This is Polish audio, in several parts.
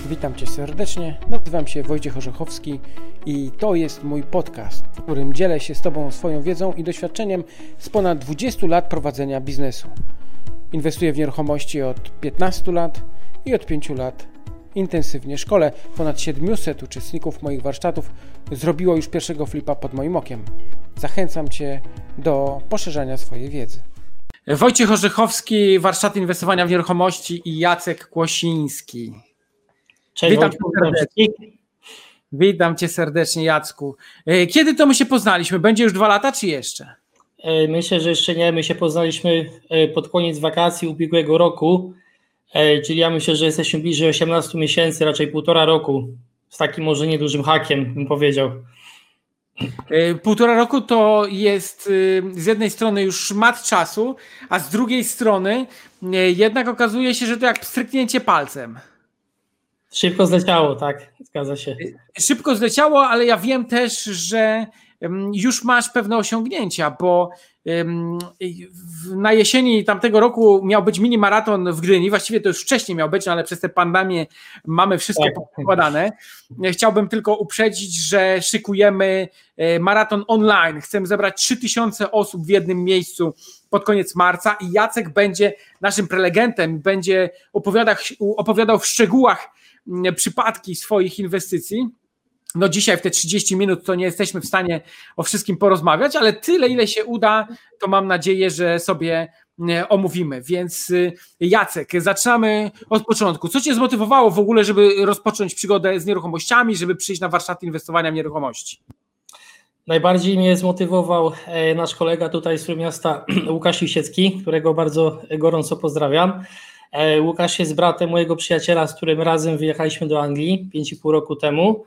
Witam Cię serdecznie, nazywam się Wojciech Orzechowski i to jest mój podcast, w którym dzielę się z Tobą swoją wiedzą i doświadczeniem z ponad 20 lat prowadzenia biznesu. Inwestuję w nieruchomości od 15 lat i od 5 lat intensywnie szkolę. Ponad 700 uczestników moich warsztatów zrobiło już pierwszego flipa pod moim okiem. Zachęcam Cię do poszerzania swojej wiedzy. Wojciech Orzechowski, warsztaty inwestowania w nieruchomości i Jacek Kłosiński. Cześć, Witam Cię serdecznie, Jacku. Kiedy to my się poznaliśmy? Będzie już 2 lata, czy jeszcze? Myślę, że jeszcze nie. My się poznaliśmy pod koniec wakacji ubiegłego roku, czyli ja myślę, że jesteśmy bliżej 18 miesięcy, raczej 1,5 roku, z takim może niedużym hakiem, bym powiedział. 1,5 roku to jest z jednej strony już szmat czasu, a z drugiej strony jednak okazuje się, że to jak pstryknięcie palcem. Szybko zleciało, tak, zgadza się. Szybko zleciało, ale ja wiem też, że już masz pewne osiągnięcia, bo na jesieni tamtego roku miał być mini maraton w Gdyni, właściwie to już wcześniej miał być, ale przez tę pandemię mamy wszystko pokładane. Chciałbym tylko uprzedzić, że szykujemy maraton online. Chcemy zebrać 3000 osób w jednym miejscu pod koniec marca i Jacek będzie naszym prelegentem, będzie opowiadał w szczegółach przypadki swoich inwestycji. No dzisiaj w te 30 minut to nie jesteśmy w stanie o wszystkim porozmawiać, ale tyle, ile się uda, to mam nadzieję, że sobie omówimy. Więc Jacek, zaczynamy od początku. Co Cię zmotywowało w ogóle, żeby rozpocząć przygodę z nieruchomościami, żeby przyjść na warsztaty inwestowania w nieruchomości? Najbardziej mnie zmotywował nasz kolega tutaj z Trójmiasta, Łukasz Lisiecki, którego bardzo gorąco pozdrawiam. Łukasz jest bratem mojego przyjaciela, z którym razem wyjechaliśmy do Anglii 5,5 roku temu.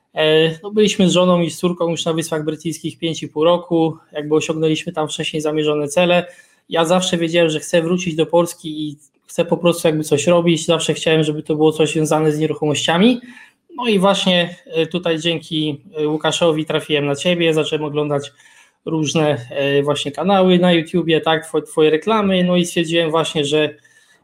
No, byliśmy z żoną i z córką już na Wyspach Brytyjskich 5,5 roku, jakby osiągnęliśmy tam wcześniej zamierzone cele. Ja zawsze wiedziałem, że chcę wrócić do Polski i chcę po prostu jakby coś robić, zawsze chciałem, żeby to było coś związane z nieruchomościami. No i właśnie tutaj dzięki Łukaszowi trafiłem na Ciebie, zacząłem oglądać różne właśnie kanały na YouTubie, tak, Twoje reklamy, no i stwierdziłem właśnie, że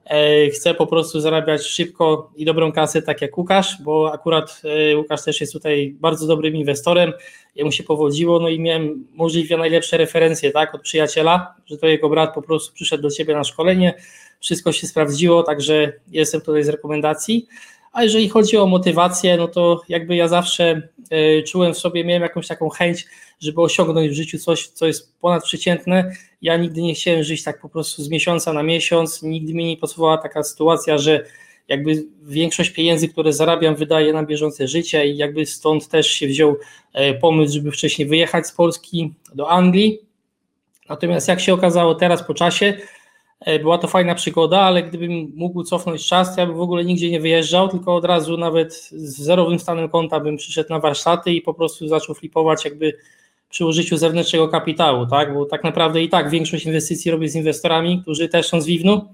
chcę po prostu zarabiać szybko i dobrą kasę, tak jak Łukasz, bo akurat Łukasz też jest tutaj bardzo dobrym inwestorem, jemu się powodziło, no i miałem możliwie najlepsze referencje, tak, od przyjaciela, że to jego brat po prostu przyszedł do Ciebie na szkolenie, wszystko się sprawdziło, także jestem tutaj z rekomendacji. A jeżeli chodzi o motywację, no to jakby ja zawsze czułem w sobie, miałem jakąś taką chęć, żeby osiągnąć w życiu coś, co jest ponadprzeciętne. Ja nigdy nie chciałem żyć tak po prostu z miesiąca na miesiąc, nigdy mnie nie pasowała taka sytuacja, że jakby większość pieniędzy, które zarabiam, wydaję na bieżące życie i jakby stąd też się wziął pomysł, żeby wcześniej wyjechać z Polski do Anglii. Natomiast jak się okazało teraz po czasie, była to fajna przygoda, ale gdybym mógł cofnąć czas, to ja bym w ogóle nigdzie nie wyjeżdżał, tylko od razu nawet z zerowym stanem konta bym przyszedł na warsztaty i po prostu zaczął flipować jakby przy użyciu zewnętrznego kapitału, tak? Bo tak naprawdę i tak większość inwestycji robię z inwestorami, którzy też są z Wiwnu,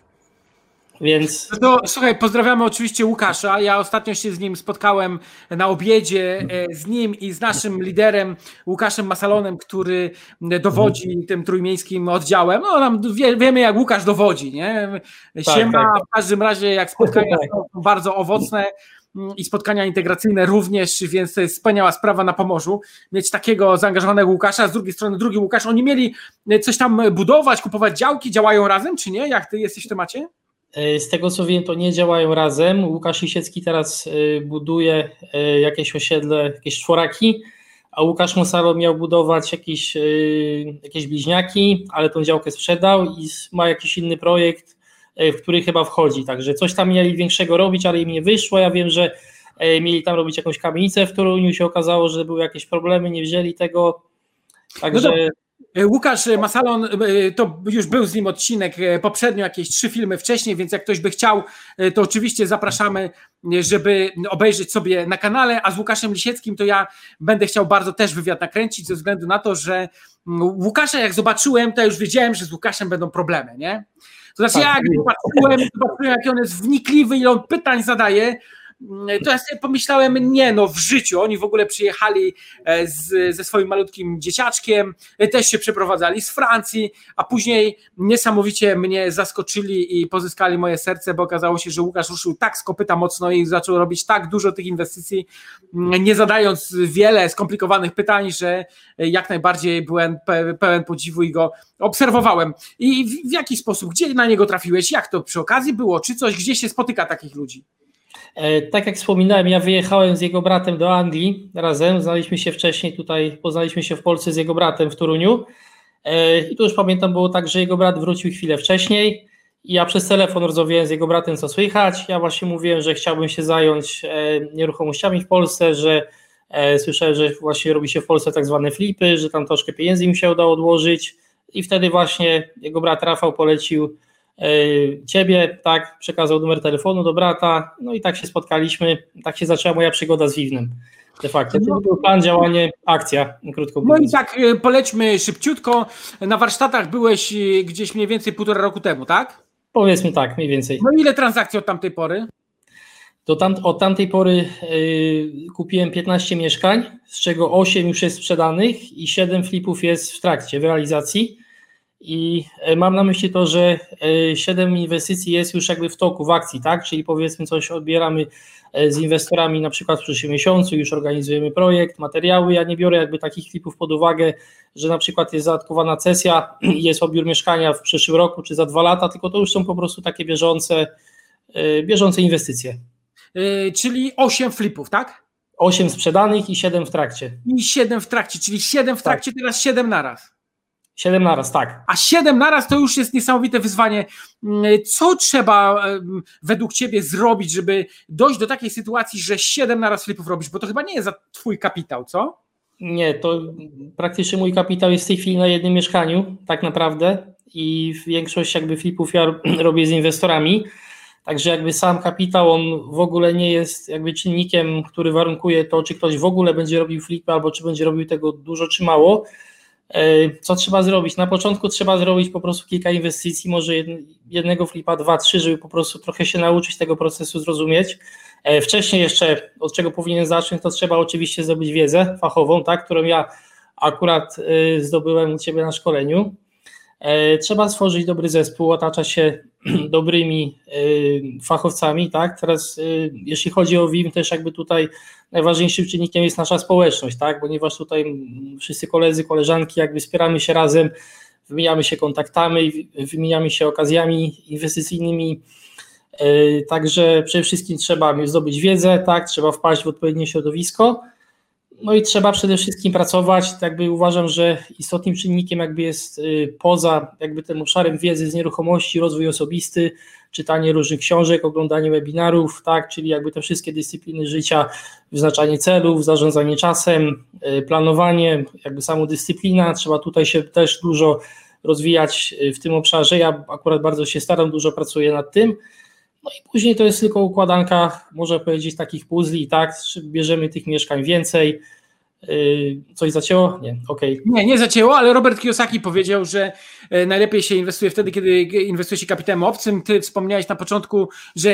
więc... No to słuchaj, pozdrawiamy oczywiście Łukasza. Ja ostatnio się z nim spotkałem na obiedzie, z nim i z naszym liderem Łukaszem Masalonem, który dowodzi tym trójmiejskim oddziałem. No tam wiemy, jak Łukasz dowodzi, nie? Siema, tak. W każdym razie jak spotkania są bardzo owocne i spotkania integracyjne również, więc to jest wspaniała sprawa na Pomorzu, mieć takiego zaangażowanego Łukasza, z drugiej strony drugi Łukasz. Oni mieli coś tam budować, kupować działki, działają razem, czy nie? Jak ty jesteś w temacie? Z tego co wiem, to nie działają razem. Łukasz Lisiecki teraz buduje jakieś osiedle, jakieś czworaki, a Łukasz Masalo miał budować jakieś bliźniaki, ale tą działkę sprzedał i ma jakiś inny projekt, w który chyba wchodzi. Także coś tam mieli większego robić, ale im nie wyszło. Ja wiem, że mieli tam robić jakąś kamienicę w Toruniu, się okazało, że były jakieś problemy, nie wzięli tego. Także... Łukasz Masalon, to już był z nim odcinek poprzednio, jakieś 3 filmy wcześniej, więc jak ktoś by chciał, to oczywiście zapraszamy, żeby obejrzeć sobie na kanale, a z Łukaszem Lisieckim to ja będę chciał bardzo też wywiad nakręcić ze względu na to, że Łukasza jak zobaczyłem, to już wiedziałem, że z Łukaszem będą problemy, nie? To znaczy ja jak zobaczyłem, jaki on jest wnikliwy, ile on pytań zadaje, to ja sobie pomyślałem, nie no, w życiu, oni w ogóle przyjechali ze swoim malutkim dzieciaczkiem, też się przeprowadzali z Francji, a później niesamowicie mnie zaskoczyli i pozyskali moje serce, bo okazało się, że Łukasz ruszył tak z kopyta mocno i zaczął robić tak dużo tych inwestycji, nie zadając wiele skomplikowanych pytań, że jak najbardziej byłem pełen podziwu i go obserwowałem. I w jaki sposób, gdzie na niego trafiłeś, jak to przy okazji było, czy coś, gdzie się spotyka takich ludzi? Tak jak wspominałem, ja wyjechałem z jego bratem do Anglii razem, znaliśmy się wcześniej tutaj, poznaliśmy się w Polsce z jego bratem w Toruniu i tu już pamiętam, było tak, że jego brat wrócił chwilę wcześniej i ja przez telefon rozmawiałem z jego bratem, co słychać, ja właśnie mówiłem, że chciałbym się zająć nieruchomościami w Polsce, że słyszałem, że właśnie robi się w Polsce tak zwane flipy, że tam troszkę pieniędzy mi się udało odłożyć i wtedy właśnie jego brat Rafał polecił ciebie, tak, przekazał numer telefonu do brata, no i tak się spotkaliśmy, tak się zaczęła moja przygoda z Vivnem. De facto, to był plan, działanie, akcja, krótko mówiąc. No i tak, polećmy szybciutko, na warsztatach byłeś gdzieś mniej więcej 1,5 roku temu, tak? Powiedzmy tak, mniej więcej. No ile transakcji od tamtej pory? Od tamtej pory kupiłem 15 mieszkań, z czego 8 już jest sprzedanych i 7 flipów jest w trakcie, w realizacji. I mam na myśli to, że 7 inwestycji jest już jakby w toku, w akcji, tak? Czyli powiedzmy coś odbieramy z inwestorami na przykład w przyszłym miesiącu, już organizujemy projekt, materiały. Ja nie biorę jakby takich flipów pod uwagę, że na przykład jest zadatkowana cesja i jest odbiór mieszkania w przyszłym roku czy za 2 lata, tylko to już są po prostu takie bieżące inwestycje. Czyli 8 flipów, tak? 8 sprzedanych i 7 w trakcie. I 7 w trakcie, czyli 7 w trakcie, tak. Teraz 7 naraz. 7 naraz, tak. A 7 naraz to już jest niesamowite wyzwanie. Co trzeba według ciebie zrobić, żeby dojść do takiej sytuacji, że 7 naraz flipów robisz? Bo to chyba nie jest za twój kapitał, co? Nie, to praktycznie mój kapitał jest w tej chwili na jednym mieszkaniu, tak naprawdę. I większość jakby flipów ja robię z inwestorami. Także jakby sam kapitał, on w ogóle nie jest jakby czynnikiem, który warunkuje to, czy ktoś w ogóle będzie robił flipy, albo czy będzie robił tego dużo, czy mało. Co trzeba zrobić? Na początku trzeba zrobić po prostu kilka inwestycji, może jednego flipa, 2, 3, żeby po prostu trochę się nauczyć tego procesu, zrozumieć. Wcześniej jeszcze, od czego powinien zacząć, to trzeba oczywiście zdobyć wiedzę fachową, tak, którą ja akurat zdobyłem u ciebie na szkoleniu. Trzeba stworzyć dobry zespół, otaczać się dobrymi fachowcami, tak? Teraz jeśli chodzi o WIM, też jakby tutaj najważniejszym czynnikiem jest nasza społeczność, tak? Ponieważ tutaj wszyscy koledzy, koleżanki jakby wspieramy się razem, wymieniamy się kontaktami, wymieniamy się okazjami inwestycyjnymi, także przede wszystkim trzeba zdobyć wiedzę, tak? Trzeba wpaść w odpowiednie środowisko. No i trzeba przede wszystkim pracować, jakby uważam, że istotnym czynnikiem jakby jest poza jakby tym obszarem wiedzy z nieruchomości, rozwój osobisty, czytanie różnych książek, oglądanie webinarów, tak, czyli jakby te wszystkie dyscypliny życia, wyznaczanie celów, zarządzanie czasem, planowanie, jakby samodyscyplina, trzeba tutaj się też dużo rozwijać w tym obszarze, ja akurat bardzo się staram, dużo pracuję nad tym. No i później to jest tylko układanka, można powiedzieć, takich puzli, tak, bierzemy tych mieszkań więcej. Coś zacięło? Nie, okej. Nie zacięło, ale Robert Kiyosaki powiedział, że najlepiej się inwestuje wtedy, kiedy inwestuje się kapitałem obcym. Ty wspomniałeś na początku, że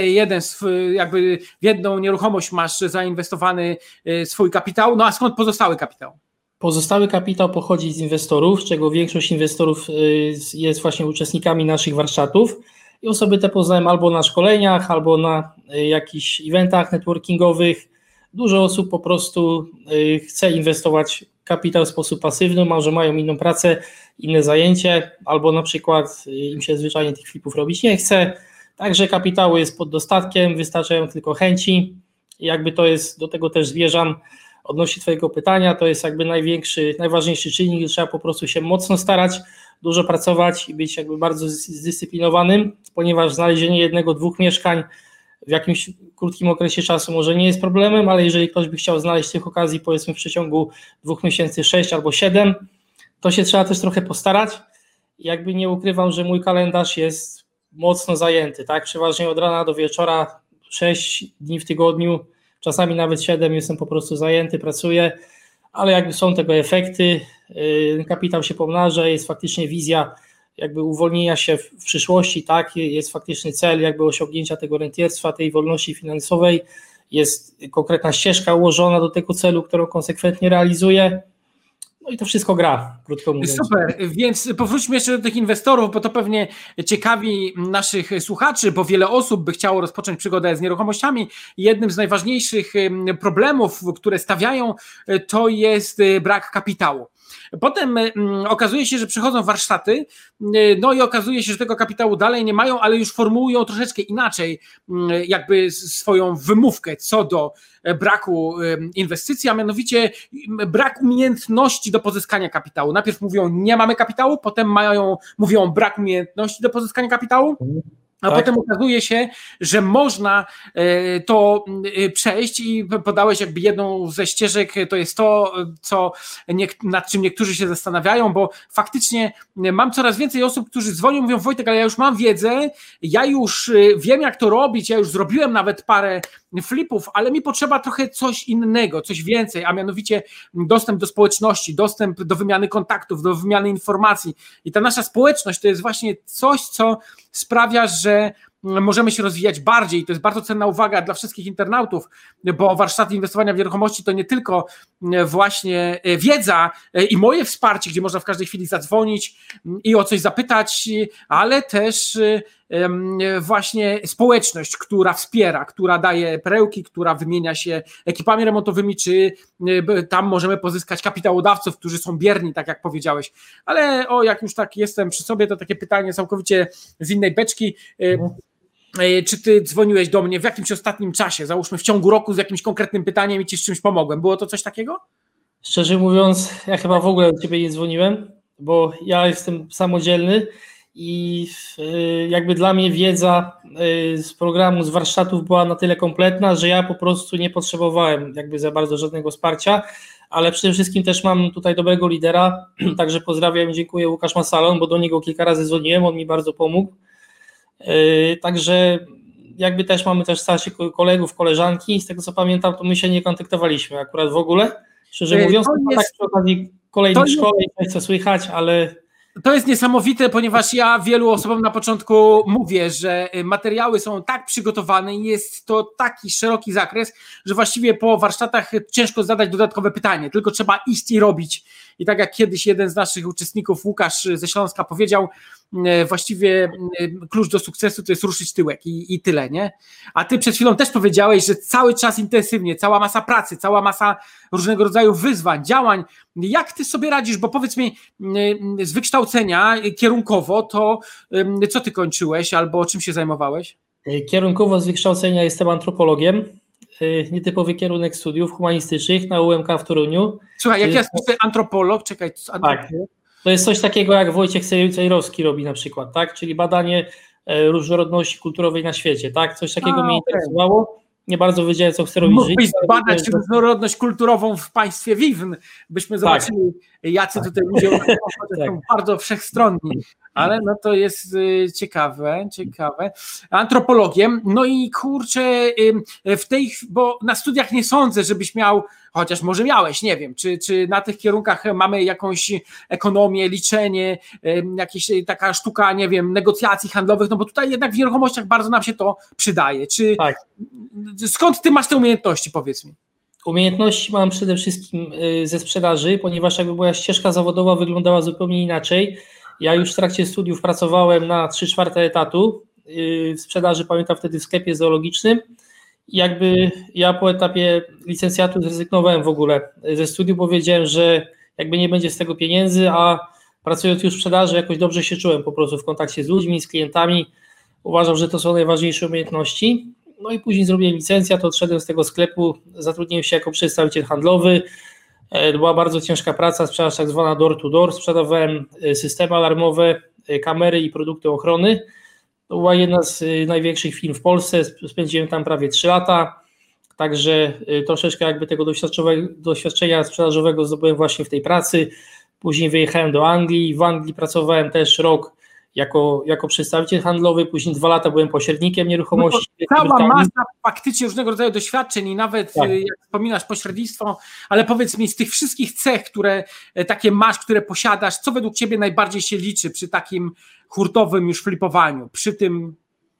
jakby w jedną nieruchomość masz zainwestowany swój kapitał, no a skąd pozostały kapitał? Pozostały kapitał pochodzi z inwestorów, z czego większość inwestorów jest właśnie uczestnikami naszych warsztatów. I osoby te poznałem albo na szkoleniach, albo na jakichś eventach networkingowych. Dużo osób po prostu chce inwestować kapitał w sposób pasywny, może mają inną pracę, inne zajęcie, albo na przykład im się zwyczajnie tych flipów robić nie chce. Także kapitału jest pod dostatkiem, wystarczają tylko chęci. I jakby to jest, do tego też zmierzam odnośnie twojego pytania, to jest jakby najważniejszy czynnik, trzeba po prostu się mocno starać, dużo pracować i być jakby bardzo zdyscyplinowanym, ponieważ znalezienie 1, 2 mieszkań w jakimś krótkim okresie czasu może nie jest problemem, ale jeżeli ktoś by chciał znaleźć tych okazji powiedzmy w przeciągu 2 miesięcy 6 albo 7, to się trzeba też trochę postarać. Jakby nie ukrywam, że mój kalendarz jest mocno zajęty, tak? Przeważnie od rana do wieczora, 6 dni w tygodniu, czasami nawet 7 jestem po prostu zajęty, pracuję, ale jakby są tego efekty, kapitał się pomnaża, jest faktycznie wizja jakby uwolnienia się w przyszłości, tak, jest faktyczny cel jakby osiągnięcia tego rentierstwa, tej wolności finansowej jest konkretna ścieżka ułożona do tego celu, którą konsekwentnie realizuje. No i to wszystko gra, krótko mówiąc. Super, więc powróćmy jeszcze do tych inwestorów, bo to pewnie ciekawi naszych słuchaczy, bo wiele osób by chciało rozpocząć przygodę z nieruchomościami. Jednym z najważniejszych problemów, które stawiają, to jest brak kapitału. Potem okazuje się, że przychodzą warsztaty, no i okazuje się, że tego kapitału dalej nie mają, ale już formułują troszeczkę inaczej jakby swoją wymówkę co do braku inwestycji, a mianowicie brak umiejętności do pozyskania kapitału. Najpierw mówią, nie mamy kapitału, potem mówią brak umiejętności do pozyskania kapitału, a potem okazuje się, że można to przejść i podałeś jakby jedną ze ścieżek, to jest to, nad czym niektórzy się zastanawiają, bo faktycznie mam coraz więcej osób, którzy dzwonią, mówią, Wojtek, ale ja już mam wiedzę, ja już wiem jak to robić, ja już zrobiłem nawet parę flipów, ale mi potrzeba trochę coś innego, coś więcej, a mianowicie dostęp do społeczności, dostęp do wymiany kontaktów, do wymiany informacji i ta nasza społeczność to jest właśnie coś, co sprawia, że możemy się rozwijać bardziej i to jest bardzo cenna uwaga dla wszystkich internautów, bo warsztaty inwestowania w nieruchomości to nie tylko właśnie wiedza i moje wsparcie, gdzie można w każdej chwili zadzwonić i o coś zapytać, ale też właśnie społeczność, która wspiera, która daje perełki, która wymienia się ekipami remontowymi, czy tam możemy pozyskać kapitałodawców, którzy są bierni, tak jak powiedziałeś. Ale jak już tak jestem przy sobie, to takie pytanie całkowicie z innej beczki. Czy ty dzwoniłeś do mnie w jakimś ostatnim czasie, załóżmy w ciągu roku z jakimś konkretnym pytaniem i ci z czymś pomogłem? Było to coś takiego? Szczerze mówiąc, ja chyba w ogóle do ciebie nie dzwoniłem, bo ja jestem samodzielny i jakby dla mnie wiedza z programu, z warsztatów była na tyle kompletna, że ja po prostu nie potrzebowałem jakby za bardzo żadnego wsparcia, ale przede wszystkim też mam tutaj dobrego lidera, także pozdrawiam i dziękuję, Łukasz Masalon, bo do niego kilka razy dzwoniłem, on mi bardzo pomógł. Także jakby też mamy też starszych kolegów, koleżanki, z tego co pamiętam, to my się nie kontaktowaliśmy akurat w ogóle, szczerze mówiąc, to tak przy okazji kolejnych szkoleń, co słychać, ale... To jest niesamowite, ponieważ ja wielu osobom na początku mówię, że materiały są tak przygotowane i jest to taki szeroki zakres, że właściwie po warsztatach ciężko zadać dodatkowe pytanie, tylko trzeba iść i robić. I tak jak kiedyś jeden z naszych uczestników, Łukasz ze Śląska, powiedział, właściwie klucz do sukcesu to jest ruszyć tyłek i tyle, nie? A ty przed chwilą też powiedziałeś, że cały czas intensywnie, cała masa pracy, cała masa różnego rodzaju wyzwań, działań. Jak ty sobie radzisz? Bo powiedz mi, z wykształcenia kierunkowo to co ty kończyłeś albo czym się zajmowałeś? Kierunkowo z wykształcenia jestem antropologiem. Nietypowy kierunek studiów humanistycznych na UMK w Toruniu. Słuchaj, jak ja słyszę antropolog, czekaj, tak, to jest coś takiego jak Wojciech Cejrowski robi na przykład, tak? Czyli badanie różnorodności kulturowej na świecie, tak? Coś takiego mnie interesowało. Nie bardzo wiedziałem, co chcę robić. Mógłbyś badać różnorodność kulturową w państwie Wiwn, byśmy zobaczyli, jacy tutaj ludzie są bardzo wszechstronni. Ale no to jest ciekawe. Antropologiem, no i kurczę, bo na studiach nie sądzę, żebyś miał, chociaż może miałeś, nie wiem, czy na tych kierunkach mamy jakąś ekonomię, liczenie, jakieś taka sztuka, nie wiem, negocjacji handlowych, no bo tutaj jednak w nieruchomościach bardzo nam się to przydaje. Skąd ty masz te umiejętności, powiedz mi? Umiejętności mam przede wszystkim ze sprzedaży, ponieważ jakby moja ścieżka zawodowa wyglądała zupełnie inaczej. Ja już w trakcie studiów pracowałem na 3/4 etatu w sprzedaży, pamiętam wtedy w sklepie zoologicznym. I jakby ja po etapie licencjatu zrezygnowałem w ogóle ze studiów, bo wiedziałem, że jakby nie będzie z tego pieniędzy, a pracując już w sprzedaży jakoś dobrze się czułem po prostu w kontakcie z ludźmi, z klientami. Uważam, że to są najważniejsze umiejętności. No i później zrobiłem licencjat, odszedłem z tego sklepu, zatrudniłem się jako przedstawiciel handlowy. To była bardzo ciężka praca, sprzedaż tak zwana door to door, sprzedawałem systemy alarmowe, kamery i produkty ochrony. To była jedna z największych firm w Polsce, spędziłem tam prawie 3 lata, także troszeczkę jakby tego doświadczenia sprzedażowego zdobyłem właśnie w tej pracy. Później wyjechałem do Anglii, w Anglii pracowałem też rok jako przedstawiciel handlowy, później 2 lata byłem pośrednikiem nieruchomości. No cała masa faktycznie różnego rodzaju doświadczeń i nawet jak wspominasz pośrednictwo, ale powiedz mi z tych wszystkich cech, które takie masz, które posiadasz, co według ciebie najbardziej się liczy przy takim hurtowym już flipowaniu, przy tym...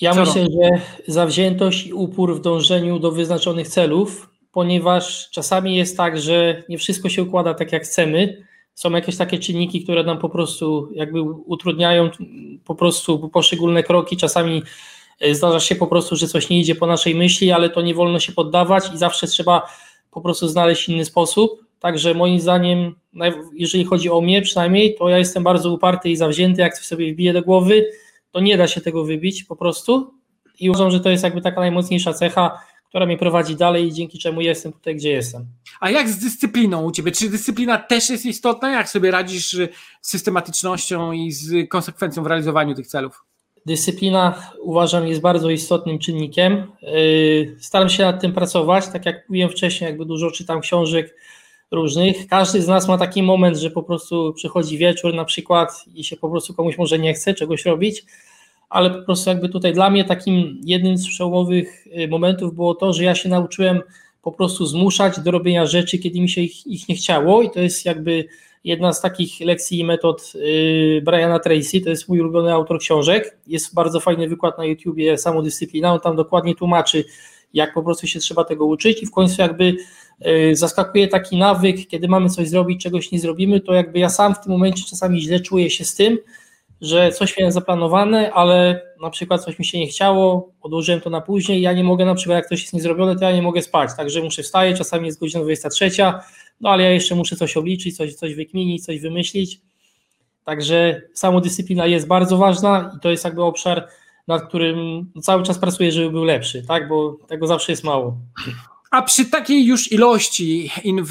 Ja myślę, że zawziętość i upór w dążeniu do wyznaczonych celów, ponieważ czasami jest tak, że nie wszystko się układa tak, jak chcemy. Są jakieś takie czynniki, które nam po prostu jakby utrudniają po prostu poszczególne kroki. Czasami zdarza się po prostu, że coś nie idzie po naszej myśli, ale to nie wolno się poddawać i zawsze trzeba po prostu znaleźć inny sposób. Także moim zdaniem, jeżeli chodzi o mnie przynajmniej, to ja jestem bardzo uparty i zawzięty, jak coś sobie wbije do głowy, to nie da się tego wybić po prostu i uważam, że to jest jakby taka najmocniejsza cecha, która mnie prowadzi dalej i dzięki czemu jestem tutaj, gdzie jestem. A jak z dyscypliną u Ciebie? Czy dyscyplina też jest istotna? Jak sobie radzisz z systematycznością i z konsekwencją w realizowaniu tych celów? Dyscyplina uważam jest bardzo istotnym czynnikiem. Staram się nad tym pracować, tak jak mówiłem wcześniej, jakby dużo czytam książek różnych. Każdy z nas ma taki moment, że po prostu przychodzi wieczór na przykład i się po prostu komuś może nie chce czegoś robić, ale po prostu jakby tutaj dla mnie takim jednym z przełomowych momentów było to, że ja się nauczyłem po prostu zmuszać do robienia rzeczy, kiedy mi się ich nie chciało i to jest jakby jedna z takich lekcji i metod Briana Tracy, to jest mój ulubiony autor książek, jest bardzo fajny wykład na YouTubie Samodyscyplina, on tam dokładnie tłumaczy, jak po prostu się trzeba tego uczyć i w końcu jakby zaskakuje taki nawyk, kiedy mamy coś zrobić, czegoś nie zrobimy, to jakby ja sam w tym momencie czasami źle czuję się z tym, że coś miałem zaplanowane, ale na przykład coś mi się nie chciało, odłożyłem to na później, ja nie mogę na przykład jak coś jest niezrobione, to ja nie mogę spać, także muszę wstać, czasami jest godzina 23, no ale ja jeszcze muszę coś obliczyć, coś wykminić, coś wymyślić, także samodyscyplina jest bardzo ważna i to jest jakby obszar, nad którym cały czas pracuję, żeby był lepszy, tak, bo tego zawsze jest mało. A przy takiej już ilości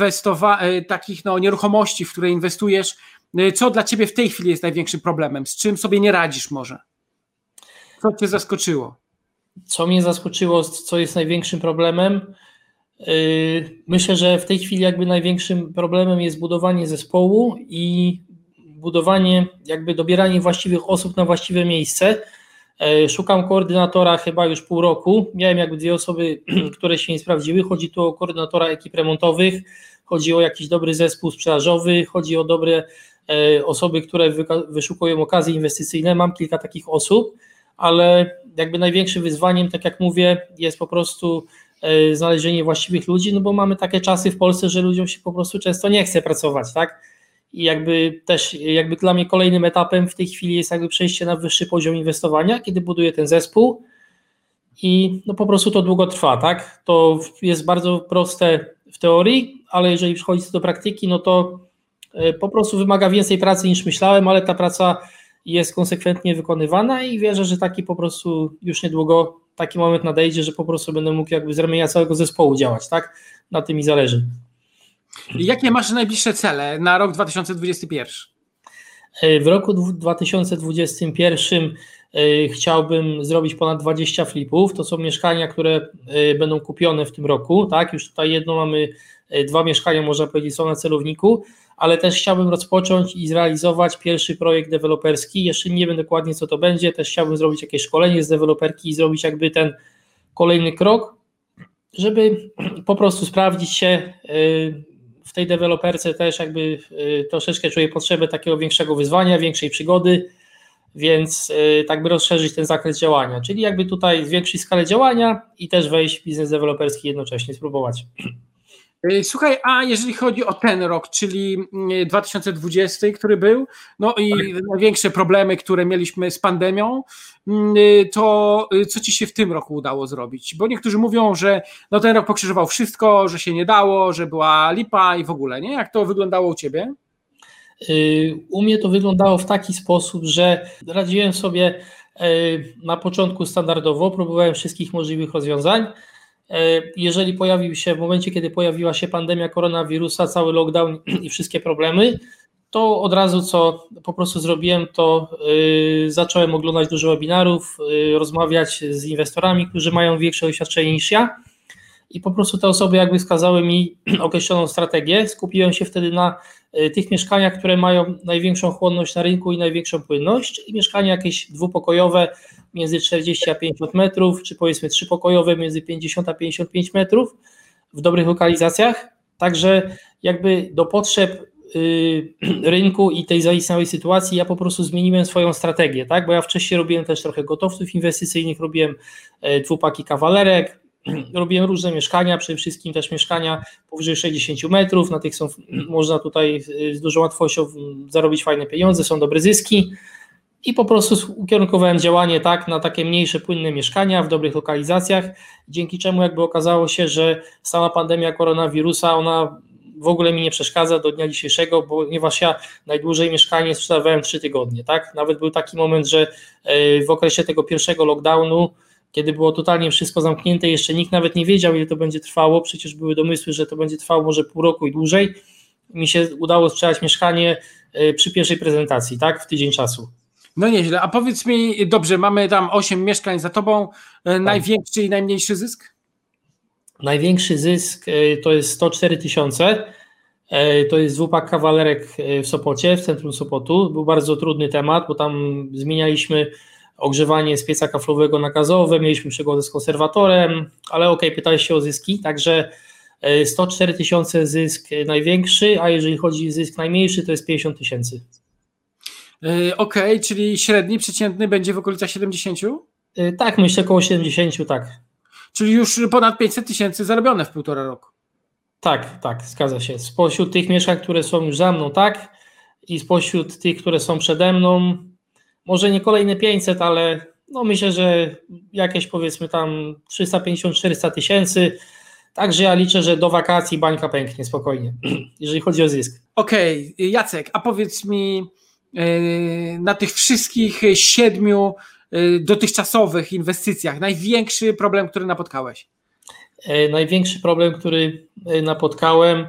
takich nieruchomości, w które inwestujesz, co dla Ciebie w tej chwili jest największym problemem? Z czym sobie nie radzisz może? Co Cię zaskoczyło? Co mnie zaskoczyło, co jest największym problemem? Myślę, że w tej chwili jakby największym problemem jest budowanie zespołu i budowanie, jakby dobieranie właściwych osób na właściwe miejsce. Szukam koordynatora chyba już pół roku. Miałem jakby 2 osoby, które się nie sprawdziły. Chodzi tu o koordynatora ekip remontowych, chodzi o jakiś dobry zespół sprzedażowy, chodzi o dobre osoby, które wyszukują okazje inwestycyjne. Mam kilka takich osób, ale jakby największym wyzwaniem, tak jak mówię, jest po prostu znalezienie właściwych ludzi, no bo mamy takie czasy w Polsce, że ludziom się po prostu często nie chce pracować, tak? I jakby też jakby dla mnie kolejnym etapem w tej chwili jest jakby przejście na wyższy poziom inwestowania, kiedy buduję ten zespół i no po prostu to długo trwa, tak? To jest bardzo proste w teorii, ale jeżeli przychodzi do praktyki, no to po prostu wymaga więcej pracy niż myślałem, ale ta praca jest konsekwentnie wykonywana i wierzę, że taki po prostu już niedługo taki moment nadejdzie, że po prostu będę mógł jakby z ramienia całego zespołu działać, tak? Na tym mi zależy. Jakie masz najbliższe cele na rok 2021? W roku 2021 chciałbym zrobić ponad 20 flipów. To są mieszkania, które będą kupione w tym roku. Tak? Już tutaj mamy 2 mieszkania, można powiedzieć, są na celowniku, ale też chciałbym rozpocząć i zrealizować pierwszy projekt deweloperski. Jeszcze nie wiem dokładnie, co to będzie. Też chciałbym zrobić jakieś szkolenie z deweloperki i zrobić jakby ten kolejny krok, żeby po prostu sprawdzić się w tej deweloperce. Też jakby troszeczkę czuję potrzebę takiego większego wyzwania, większej przygody, więc tak by rozszerzyć ten zakres działania, czyli jakby tutaj zwiększyć skalę działania i też wejść w biznes deweloperski jednocześnie, spróbować. Słuchaj, a jeżeli chodzi o ten rok, czyli 2020, który był, no i największe problemy, które mieliśmy z pandemią, to co Ci się w tym roku udało zrobić? Bo niektórzy mówią, że no ten rok pokrzyżował wszystko, że się nie dało, że była lipa i w ogóle, nie? Jak to wyglądało u Ciebie? U mnie to wyglądało w taki sposób, że radziłem sobie na początku standardowo, próbowałem wszystkich możliwych rozwiązań. Jeżeli w momencie, kiedy pojawiła się pandemia koronawirusa, cały lockdown i wszystkie problemy, to od razu co po prostu zrobiłem, to zacząłem oglądać dużo webinarów, rozmawiać z inwestorami, którzy mają większe doświadczenie niż ja i po prostu te osoby jakby wskazały mi określoną strategię. Skupiłem się wtedy na tych mieszkaniach, które mają największą chłonność na rynku i największą płynność, czyli mieszkania jakieś dwupokojowe między 40 a 50 metrów, czy powiedzmy trzypokojowe między 50 a 55 metrów w dobrych lokalizacjach. Także jakby do potrzeb rynku i tej zaistniałej sytuacji ja po prostu zmieniłem swoją strategię, tak? Bo ja wcześniej robiłem też trochę gotowców inwestycyjnych, robiłem dwupaki kawalerek, robiłem różne mieszkania, przede wszystkim też mieszkania powyżej 60 metrów, na tych można tutaj z dużą łatwością zarobić fajne pieniądze, są dobre zyski i po prostu ukierunkowałem działanie tak na takie mniejsze, płynne mieszkania w dobrych lokalizacjach, dzięki czemu jakby okazało się, że sama pandemia koronawirusa, ona w ogóle mi nie przeszkadza do dnia dzisiejszego, ponieważ ja najdłużej mieszkanie sprzedawałem 3 tygodnie, tak? Nawet był taki moment, że w okresie tego pierwszego lockdownu, kiedy było totalnie wszystko zamknięte, jeszcze nikt nawet nie wiedział, ile to będzie trwało, przecież były domysły, że to będzie trwało może pół roku i dłużej. Mi się udało sprzedać mieszkanie przy pierwszej prezentacji, tak? W tydzień czasu. No nieźle, a powiedz mi, dobrze, mamy tam 8 mieszkań za tobą, największy i najmniejszy zysk? Największy zysk to jest 104 000, to jest dwupak kawalerek w Sopocie, w centrum Sopotu. Był bardzo trudny temat, bo tam zmienialiśmy ogrzewanie z pieca kaflowego na gazowe, mieliśmy przygodę z konserwatorem, ale okej, pytałeś się o zyski, także 104 000 zysk największy, a jeżeli chodzi o zysk najmniejszy, to jest 50 000. Okej, czyli średni, przeciętny będzie w okolicach 70? Tak, myślę około 70, tak. Czyli już ponad 500 000 zarobione w 1,5 roku. Tak, zgadza się. Spośród tych mieszkań, które są już za mną, tak, i spośród tych, które są przede mną, może nie kolejne 500, ale no myślę, że jakieś powiedzmy tam 350-400 tysięcy, także ja liczę, że do wakacji bańka pęknie spokojnie, jeżeli chodzi o zysk. Okej, Jacek, a powiedz mi, na tych wszystkich 7 dotychczasowych inwestycjach największy problem, który napotkałeś? Największy problem, który napotkałem,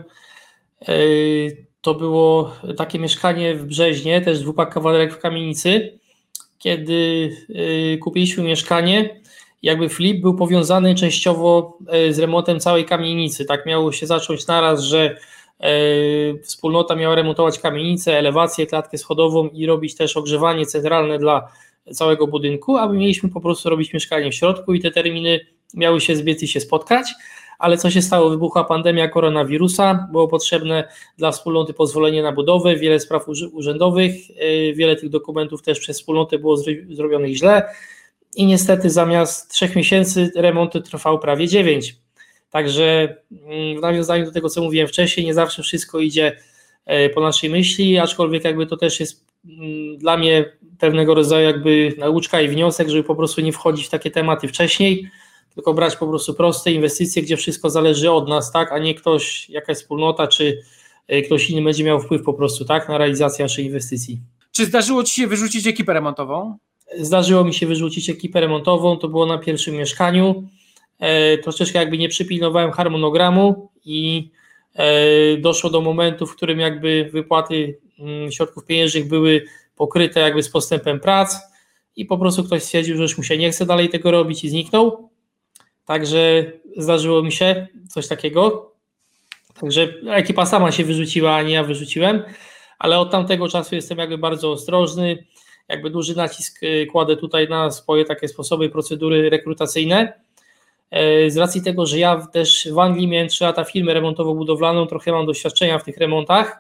to było takie mieszkanie w Brzeźnie, też dwupak kawalerek w kamienicy. Kiedy kupiliśmy mieszkanie, jakby flip był powiązany częściowo z remontem całej kamienicy. Tak miało się zacząć naraz, że wspólnota miała remontować kamienicę, elewację, klatkę schodową i robić też ogrzewanie centralne dla całego budynku, a my mieliśmy po prostu robić mieszkanie w środku i te terminy miały się zbiec i się spotkać, ale co się stało? Wybuchła pandemia koronawirusa, było potrzebne dla wspólnoty pozwolenie na budowę, wiele spraw urzędowych, wiele tych dokumentów też przez wspólnotę było zrobionych źle i niestety zamiast 3 miesięcy remont trwał prawie 9. Także w nawiązaniu do tego, co mówiłem wcześniej, nie zawsze wszystko idzie po naszej myśli, aczkolwiek jakby to też jest dla mnie pewnego rodzaju jakby nauczka i wniosek, żeby po prostu nie wchodzić w takie tematy wcześniej, tylko brać po prostu proste inwestycje, gdzie wszystko zależy od nas, tak, a nie ktoś, jakaś wspólnota, czy ktoś inny będzie miał wpływ po prostu, tak, na realizację naszej inwestycji. Czy zdarzyło Ci się wyrzucić ekipę remontową? Zdarzyło mi się wyrzucić ekipę remontową, to było na pierwszym mieszkaniu, troszeczkę jakby nie przypilnowałem harmonogramu i doszło do momentu, w którym jakby wypłaty środków pieniężnych były pokryte jakby z postępem prac i po prostu ktoś stwierdził, że już mu się nie chce dalej tego robić i zniknął. Także zdarzyło mi się coś takiego. Także ekipa sama się wyrzuciła, a nie ja wyrzuciłem, ale od tamtego czasu jestem jakby bardzo ostrożny, jakby duży nacisk kładę tutaj na swoje takie sposoby, procedury rekrutacyjne. Z racji tego, że ja też w Anglii miałem 3 lata firmę remontowo-budowlaną, trochę mam doświadczenia w tych remontach,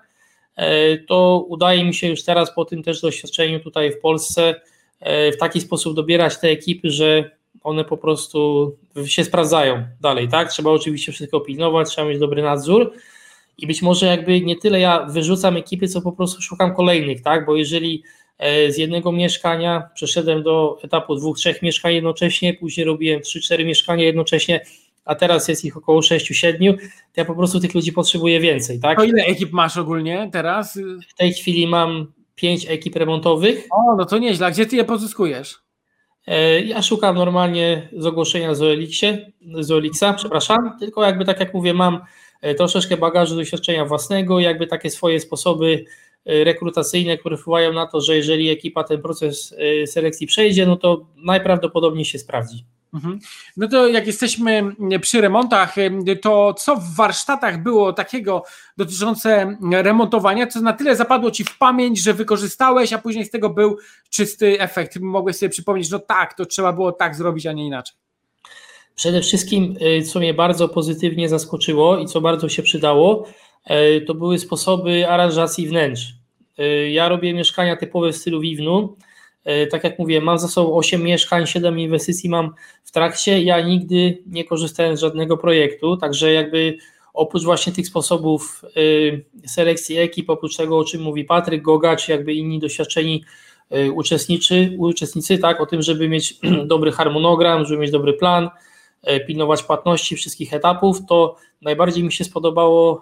to udaje mi się już teraz po tym też doświadczeniu tutaj w Polsce w taki sposób dobierać te ekipy, że one po prostu się sprawdzają dalej, tak? Trzeba oczywiście wszystko pilnować, trzeba mieć dobry nadzór i być może jakby nie tyle ja wyrzucam ekipy, co po prostu szukam kolejnych, tak? Bo jeżeli z jednego mieszkania przeszedłem do etapu 2-3 mieszkań jednocześnie, później robiłem 3-4 mieszkania jednocześnie, a teraz jest ich około 6-7, to ja po prostu tych ludzi potrzebuję więcej, tak? O ile ekip masz ogólnie teraz? W tej chwili mam 5 ekip remontowych. O, no to nieźle. A gdzie Ty je pozyskujesz? Ja szukam normalnie z ogłoszenia z OLX-a, przepraszam, tylko jakby tak jak mówię, mam troszeczkę bagażu doświadczenia własnego, jakby takie swoje sposoby rekrutacyjne, które wpływają na to, że jeżeli ekipa ten proces selekcji przejdzie, no to najprawdopodobniej się sprawdzi. No to jak jesteśmy przy remontach, to co w warsztatach było takiego dotyczące remontowania, co na tyle zapadło Ci w pamięć, że wykorzystałeś, a później z tego był czysty efekt? Mogłeś sobie przypomnieć, no tak, to trzeba było tak zrobić, a nie inaczej. Przede wszystkim, co mnie bardzo pozytywnie zaskoczyło i co bardzo się przydało, to były sposoby aranżacji wnętrz. Ja robię mieszkania typowe w stylu Vivnu. Tak jak mówię, mam za sobą 8 mieszkań, 7 inwestycji mam w trakcie. Ja nigdy nie korzystałem z żadnego projektu, także jakby oprócz właśnie tych sposobów selekcji ekip, oprócz tego, o czym mówi Patryk Goga, czy jakby inni doświadczeni uczestnicy, tak, o tym, żeby mieć dobry harmonogram, żeby mieć dobry plan, pilnować płatności wszystkich etapów, to najbardziej mi się spodobał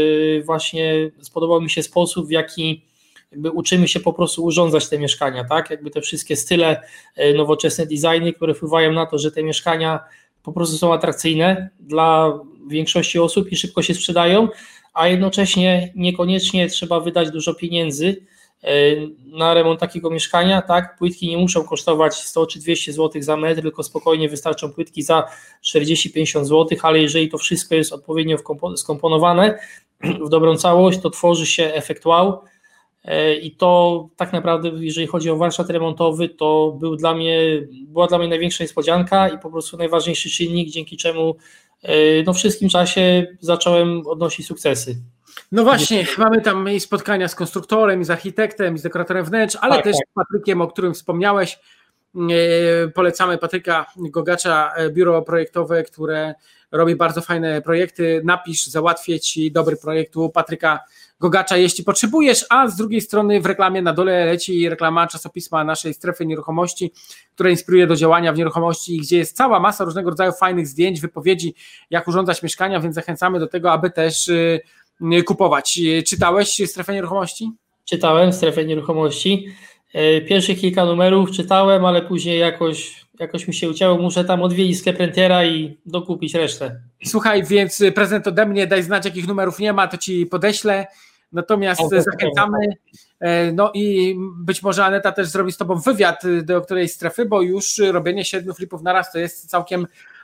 mi się sposób, w jaki jakby uczymy się po prostu urządzać te mieszkania, tak, jakby te wszystkie style, nowoczesne designy, które wpływają na to, że te mieszkania po prostu są atrakcyjne dla większości osób i szybko się sprzedają, a jednocześnie niekoniecznie trzeba wydać dużo pieniędzy na remont takiego mieszkania, tak, płytki nie muszą kosztować 100 czy 200 zł za metr, tylko spokojnie wystarczą płytki za 40-50 zł, ale jeżeli to wszystko jest odpowiednio skomponowane w dobrą całość, to tworzy się efekt wow i to tak naprawdę, jeżeli chodzi o warsztat remontowy, to była dla mnie największa niespodzianka i po prostu najważniejszy czynnik, dzięki czemu w wszystkim czasie zacząłem odnosić sukcesy. No właśnie, mamy tam i spotkania z konstruktorem, i z architektem, i z dekoratorem wnętrz, ale też z Patrykiem, o którym wspomniałeś. Polecamy Patryka Gogacza, biuro projektowe, które robi bardzo fajne projekty. Napisz, załatwię Ci dobry projekt u Patryka Gogacza, jeśli potrzebujesz, a z drugiej strony w reklamie na dole leci reklama czasopisma naszej strefy nieruchomości, która inspiruje do działania w nieruchomości, gdzie jest cała masa różnego rodzaju fajnych zdjęć, wypowiedzi, jak urządzać mieszkania, więc zachęcamy do tego, aby też kupować. Czytałeś Strefę Nieruchomości? Czytałem Strefę Nieruchomości. Pierwszych kilka numerów czytałem, ale później jakoś mi się ucięło. Muszę tam odwiedzić sklep rentiera i dokupić resztę. Słuchaj, więc prezent ode mnie, daj znać, jakich numerów nie ma, to Ci podeślę. Natomiast zachęcamy. No i być może Aneta też zrobi z Tobą wywiad do którejś strefy, bo już robienie 7 flipów na raz to jest całkiem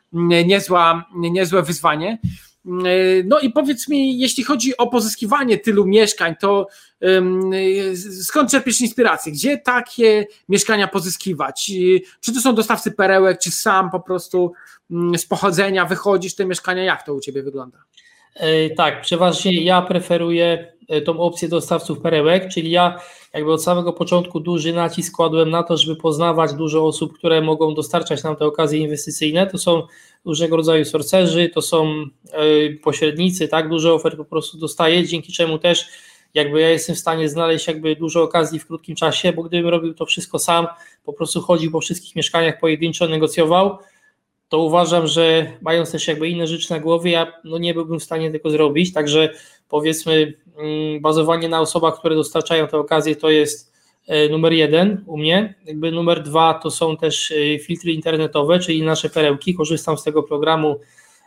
niezłe wyzwanie. No i powiedz mi, jeśli chodzi o pozyskiwanie tylu mieszkań, to skąd czerpiesz inspirację? Gdzie takie mieszkania pozyskiwać? Czy to są dostawcy perełek, czy sam po prostu z pochodzenia wychodzisz te mieszkania? Jak to u Ciebie wygląda? Tak, przeważnie ja preferuję tą opcję dostawców perełek, czyli ja jakby od samego początku duży nacisk kładłem na to, żeby poznawać dużo osób, które mogą dostarczać nam te okazje inwestycyjne. To są różnego rodzaju sorcerzy, to są pośrednicy, tak, dużo ofert po prostu dostaję, dzięki czemu też jakby ja jestem w stanie znaleźć jakby dużo okazji w krótkim czasie, bo gdybym robił to wszystko sam, po prostu chodził po wszystkich mieszkaniach pojedynczo, negocjował, to uważam, że mając też jakby inne rzeczy na głowie, ja nie byłbym w stanie tego zrobić, także powiedzmy bazowanie na osobach, które dostarczają te okazje, to jest numer 1 u mnie, jakby numer 2 to są też filtry internetowe, czyli nasze perełki, korzystam z tego programu,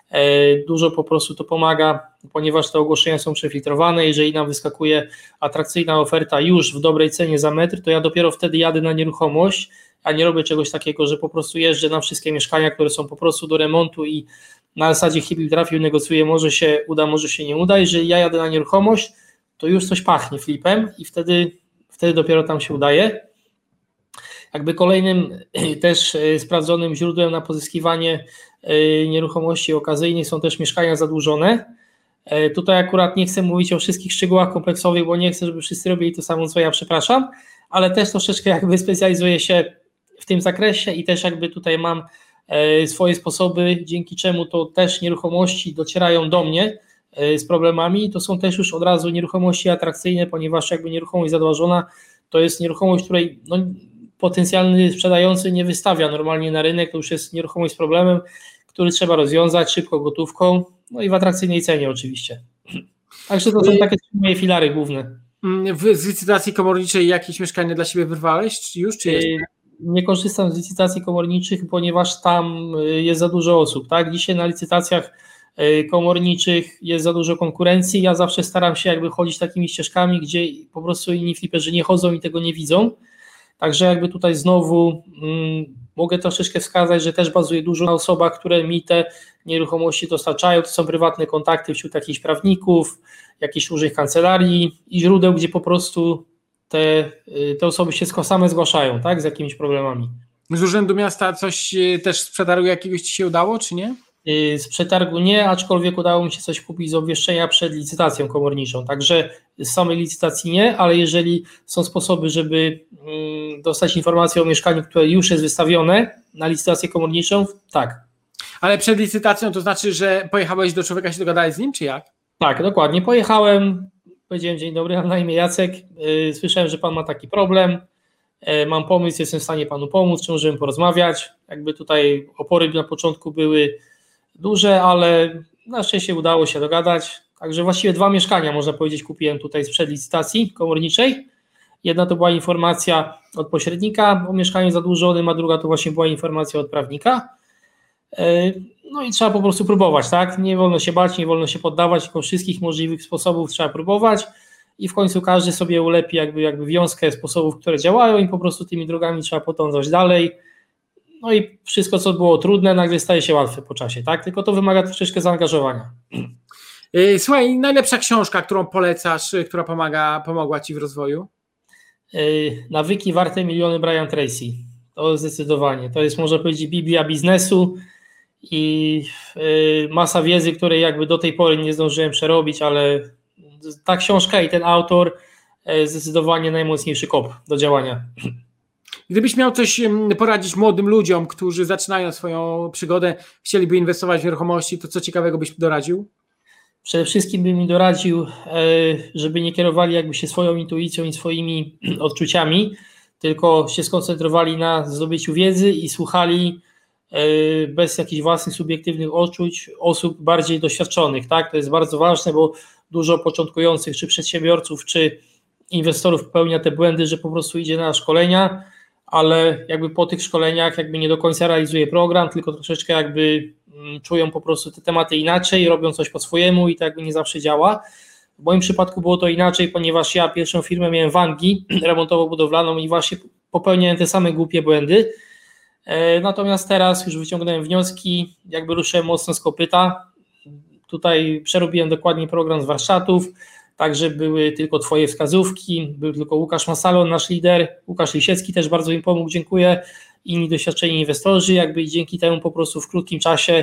dużo po prostu to pomaga, ponieważ te ogłoszenia są przefiltrowane, jeżeli nam wyskakuje atrakcyjna oferta już w dobrej cenie za metr, to ja dopiero wtedy jadę na nieruchomość, a nie robię czegoś takiego, że po prostu jeżdżę na wszystkie mieszkania, które są po prostu do remontu i na zasadzie chybił trafił, negocjuję, może się uda, może się nie uda. Jeżeli ja jadę na nieruchomość, to już coś pachnie flipem i wtedy dopiero tam się udaje. Jakby kolejnym też sprawdzonym źródłem na pozyskiwanie nieruchomości okazyjnych są też mieszkania zadłużone. Tutaj akurat nie chcę mówić o wszystkich szczegółach kompleksowych, bo nie chcę, żeby wszyscy robili to samo, co ja, przepraszam, ale też troszeczkę jakby specjalizuję się w tym zakresie i też jakby tutaj mam swoje sposoby, dzięki czemu to też nieruchomości docierają do mnie z problemami. To są też już od razu nieruchomości atrakcyjne, ponieważ jakby nieruchomość zadłużona to jest nieruchomość, której potencjalny sprzedający nie wystawia normalnie na rynek, to już jest nieruchomość z problemem, który trzeba rozwiązać szybko, gotówką, no i w atrakcyjnej cenie oczywiście. Także to są takie moje filary główne. Z licytacji komorniczej jakieś mieszkanie dla siebie wyrwałeś już, czy jeszcze? Nie korzystam z licytacji komorniczych, ponieważ tam jest za dużo osób, tak? Dzisiaj na licytacjach komorniczych jest za dużo konkurencji, ja zawsze staram się jakby chodzić takimi ścieżkami, gdzie po prostu inni fliperzy nie chodzą i tego nie widzą, także jakby tutaj znowu mogę troszeczkę wskazać, że też bazuję dużo na osobach, które mi te nieruchomości dostarczają, to są prywatne kontakty wśród jakichś prawników, jakichś różnych kancelarii i źródeł, gdzie po prostu te osoby się same zgłaszają, tak, z jakimiś problemami. Z Urzędu Miasta coś też z przetargu jakiegoś Ci się udało, czy nie? Z przetargu nie, aczkolwiek udało mi się coś kupić z obwieszczenia przed licytacją komorniczą, także z samej licytacji nie, ale jeżeli są sposoby, żeby dostać informację o mieszkaniu, które już jest wystawione na licytację komorniczą, tak. Ale przed licytacją to znaczy, że pojechałeś do człowieka, się dogadałeś z nim, czy jak? Tak, dokładnie, pojechałem, powiedziałem dzień dobry, mam na imię Jacek, słyszałem, że pan ma taki problem, mam pomysł, jestem w stanie panu pomóc, czy możemy porozmawiać, jakby tutaj opory na początku były duże, ale na szczęście udało się dogadać, także właściwie 2 mieszkania, można powiedzieć, kupiłem tutaj sprzed licytacji komorniczej. Jedna to była informacja od pośrednika o mieszkaniu zadłużonym, a druga to właśnie była informacja od prawnika. No i trzeba po prostu próbować, tak? Nie wolno się bać, nie wolno się poddawać, tylko wszystkich możliwych sposobów trzeba próbować i w końcu każdy sobie ulepi jakby wiązkę sposobów, które działają i po prostu tymi drogami trzeba podążać dalej. No i wszystko, co było trudne, nagle staje się łatwe po czasie, tak? Tylko to wymaga troszeczkę zaangażowania. Słuchaj, najlepsza książka, którą polecasz, która pomogła ci w rozwoju? Nawyki warte miliony Brian Tracy. To zdecydowanie. To jest, można powiedzieć, Biblia biznesu i masa wiedzy, której jakby do tej pory nie zdążyłem przerobić, ale ta książka i ten autor zdecydowanie najmocniejszy kop do działania. Gdybyś miał coś poradzić młodym ludziom, którzy zaczynają swoją przygodę, chcieliby inwestować w nieruchomości, to co ciekawego byś doradził? Przede wszystkim bym mi doradził, żeby nie kierowali jakby się swoją intuicją i swoimi odczuciami, tylko się skoncentrowali na zdobyciu wiedzy i słuchali bez jakichś własnych subiektywnych odczuć osób bardziej doświadczonych. Tak? To jest bardzo ważne, bo dużo początkujących czy przedsiębiorców, czy inwestorów popełnia te błędy, że po prostu idzie na szkolenia, ale jakby po tych szkoleniach jakby nie do końca realizuje program, tylko troszeczkę jakby czują po prostu te tematy inaczej, robią coś po swojemu i to jakby nie zawsze działa. W moim przypadku było to inaczej, ponieważ ja pierwszą firmę miałem w Anglii, remontowo-budowlaną i właśnie popełniałem te same głupie błędy. Natomiast teraz już wyciągnąłem wnioski, jakby ruszyłem mocno z kopyta. Tutaj przerobiłem dokładnie program z warsztatów, także były tylko twoje wskazówki, był tylko Łukasz Masalon, nasz lider, Łukasz Lisiecki też bardzo mi pomógł, dziękuję, inni doświadczeni inwestorzy, jakby dzięki temu po prostu w krótkim czasie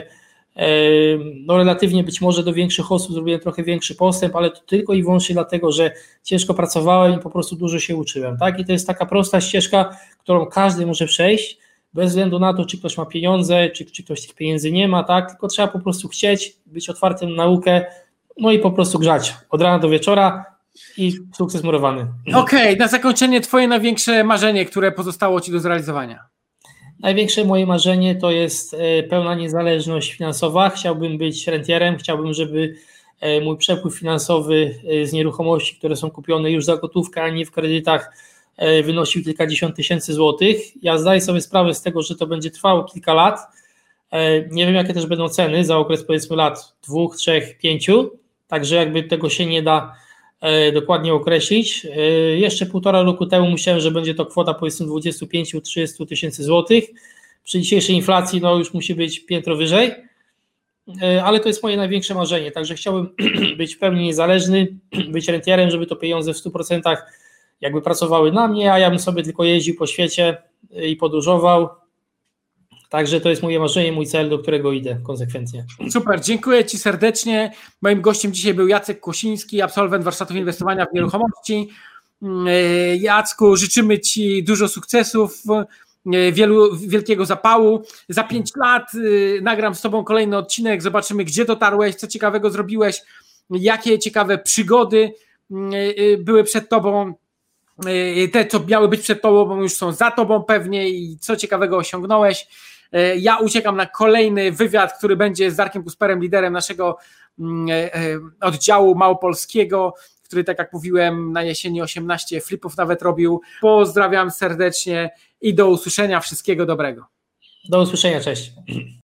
no relatywnie być może do większych osób zrobiłem trochę większy postęp, ale to tylko i wyłącznie dlatego, że ciężko pracowałem i po prostu dużo się uczyłem, tak? I to jest taka prosta ścieżka, którą każdy może przejść, bez względu na to, czy ktoś ma pieniądze, czy ktoś tych pieniędzy nie ma, tak? Tylko trzeba po prostu chcieć, być otwartym na naukę, no i po prostu grzać od rana do wieczora i sukces murowany. Okej, na zakończenie twoje największe marzenie, które pozostało ci do zrealizowania. Największe moje marzenie to jest pełna niezależność finansowa. Chciałbym być rentierem, chciałbym, żeby mój przepływ finansowy z nieruchomości, które są kupione już za gotówkę, a nie w kredytach, wynosił kilkadziesiąt tysięcy złotych. Ja zdaję sobie sprawę z tego, że to będzie trwało kilka lat. Nie wiem, jakie też będą ceny za okres powiedzmy lat 2, 3, 5, także jakby tego się nie da dokładnie określić. Jeszcze 1,5 roku temu myślałem, że będzie to kwota powiedzmy 25-30 tysięcy złotych. Przy dzisiejszej inflacji no już musi być piętro wyżej, ale to jest moje największe marzenie, także chciałbym być w pełni niezależny, być rentierem, żeby to pieniądze w 100% jakby pracowały na mnie, a ja bym sobie tylko jeździł po świecie i podróżował. Także to jest moje marzenie, mój cel, do którego idę konsekwentnie. Super, dziękuję ci serdecznie. Moim gościem dzisiaj był Jacek Kłosiński, absolwent warsztatów inwestowania w nieruchomości. Jacku, życzymy ci dużo sukcesów, wielkiego zapału. Za 5 lat nagram z tobą kolejny odcinek, zobaczymy, gdzie dotarłeś, co ciekawego zrobiłeś, jakie ciekawe przygody były przed tobą, te, co miały być przed tobą, bo już są za tobą pewnie i co ciekawego osiągnąłeś. Ja uciekam na kolejny wywiad, który będzie z Darkiem Kusperem, liderem naszego oddziału małopolskiego, który, tak jak mówiłem, na jesieni 18 flipów nawet robił. Pozdrawiam serdecznie i do usłyszenia. Wszystkiego dobrego. Do usłyszenia, cześć.